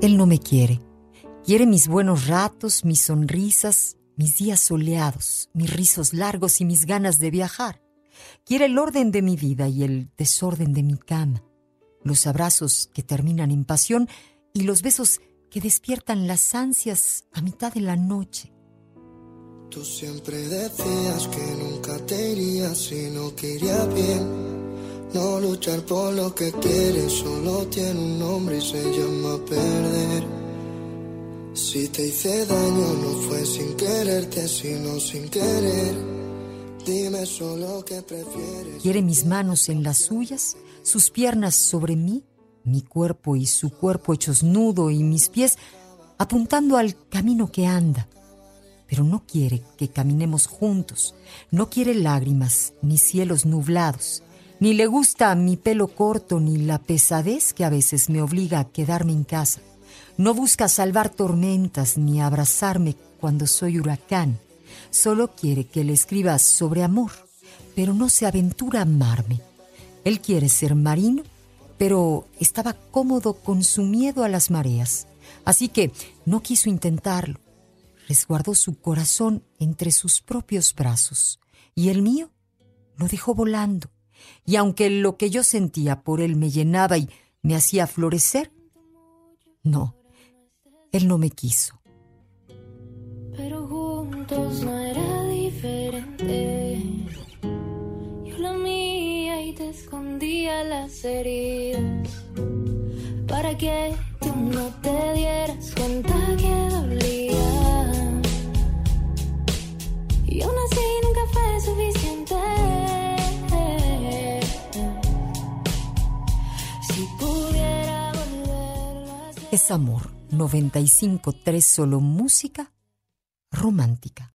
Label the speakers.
Speaker 1: Él no me quiere. Quiere mis buenos ratos, mis sonrisas, mis días soleados, mis rizos largos y mis ganas de viajar. Quiere el orden de mi vida y el desorden de mi cama, los abrazos que terminan en pasión y los besos que despiertan las ansias a mitad de la noche.
Speaker 2: Tú siempre decías que nunca te irías si no que iría bien. No luchar por lo que quieres solo tiene un nombre y se llama perder. Si te hice daño no fue sin quererte, sino sin querer. Dime solo qué prefieres.
Speaker 1: Quiere mis manos en las suyas, sus piernas sobre mí, mi cuerpo y su cuerpo hechos nudo y mis pies apuntando al camino que anda. Pero no quiere que caminemos juntos, no quiere lágrimas ni cielos nublados, ni le gusta mi pelo corto ni la pesadez que a veces me obliga a quedarme en casa. No busca salvar tormentas ni abrazarme cuando soy huracán. Solo quiere que le escriba sobre amor, pero no se aventura a amarme. Él quiere ser marino, pero estaba cómodo con su miedo a las mareas, así que no quiso intentarlo. Resguardó su corazón entre sus propios brazos y el mío lo dejó volando. Y aunque lo que yo sentía por él me llenaba y me hacía florecer, no, él no me quiso.
Speaker 3: Pero juntos no era diferente. Yo lamía y te escondía las heridas para que tú no te dieras cuenta que dolía. Y aún así nunca fue suficiente. Si pudiera volverlo a hacer.
Speaker 1: Es Amor 95.3, solo música romántica.